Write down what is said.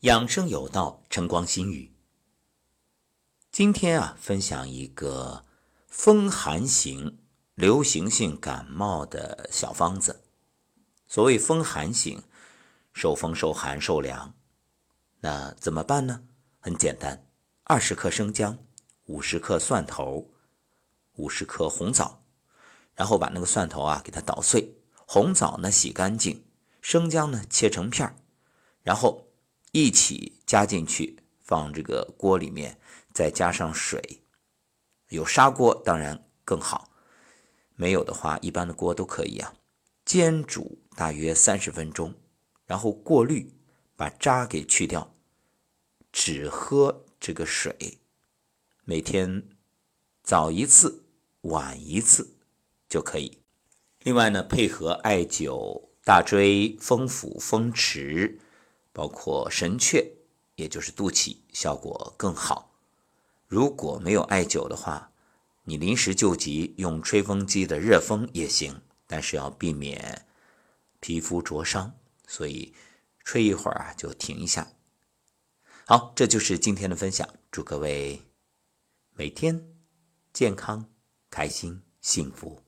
养生有道，晨光心语。今天分享一个风寒型流行性感冒的小方子。所谓风寒型，受风受寒受凉，那怎么办呢？很简单，20克生姜，50克蒜头，50克红枣，然后把那个蒜头给它捣碎，红枣呢洗干净，生姜呢切成片，然后一起加进去，放这个锅里面，再加上水。有砂锅当然更好，没有的话一般的锅都可以煎煮大约30分钟，然后过滤，把渣给去掉，只喝这个水。每天早一次晚一次就可以。另外呢，配合艾灸、大椎、风府、风池，包括神阙，也就是肚脐，效果更好。如果没有艾灸的话，你临时救急用吹风机的热风也行，但是要避免皮肤灼伤，所以吹一会儿就停一下。好，这就是今天的分享，祝各位每天健康、开心、幸福。